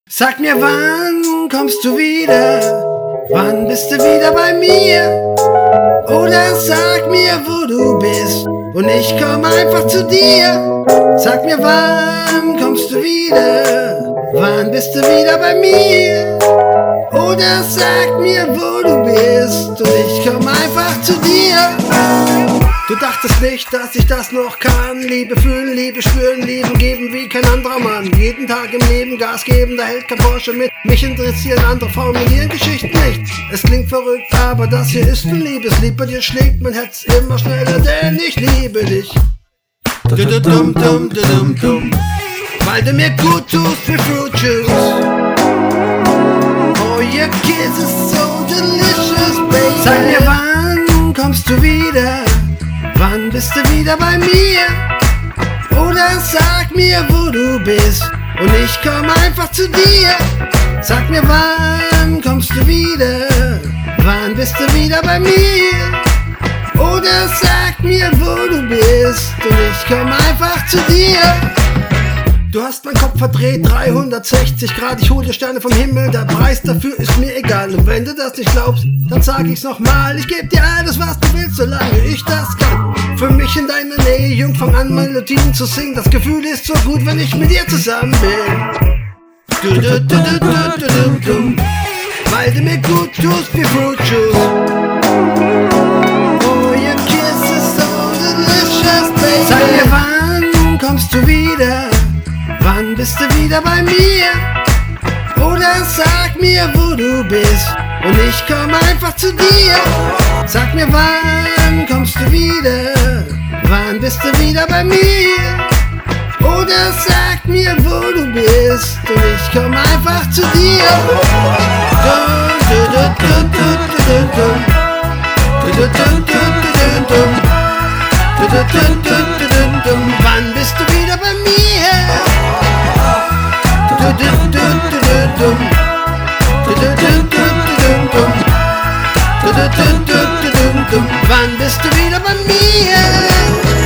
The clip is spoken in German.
Sag mir, wann kommst du wieder? Wann bist du wieder bei mir? Oder sag mir, wo du bist und ich komm einfach zu dir. Sag mir, wann kommst du wieder? Wann bist du wieder bei mir? Oder sag mir, wo du bist und ich komm einfach zu dir. Du dachtest nicht, dass ich das noch kann. Liebe fühlen, Liebe spüren, Lieben geben wie kein anderer Mann. Jeden Tag im Leben Gas geben, da hält kein Porsche mit. Mich interessieren andere formulieren Geschichten nicht. Es klingt verrückt, aber das hier ist ein Liebeslied. Bei dir schlägt mein Herz immer schneller, denn ich liebe dich. Weil du mir gut tust wie Fruit Juice. Oh, your kiss is so delicious, baby. Sag mir, wann kommst du wieder? Wann bist du wieder bei mir? Oder sag mir, wo du bist und ich komm einfach zu dir. Sag mir, wann kommst du wieder? Wann bist du wieder bei mir? Oder sag mir, wo du bist und ich komm einfach zu dir. Du hast meinen Kopf verdreht, 360 Grad, ich hol dir Sterne vom Himmel, der Preis dafür ist mir egal. Und wenn du das nicht glaubst, dann sag ich's nochmal, ich geb dir alles, was du willst, solange ich das kann. Für mich in deiner Nähe, Jung, fang an, Melodien zu singen, das Gefühl ist so gut, wenn ich mit dir zusammen bin. Weil du mir gut tust wie Fruit Juice. Oh, your kiss is so delicious, baby. Sag mir, wann kommst du wieder? Wann bist du wieder bei mir? Oder sag mir, wo du bist und ich komm einfach zu dir. Sag mir, wann kommst du wieder? Wann bist du wieder bei mir? Oder sag mir, wo du bist und ich komm einfach zu dir. Wann bist du wieder bei mir? Wann bist du wieder bei mir?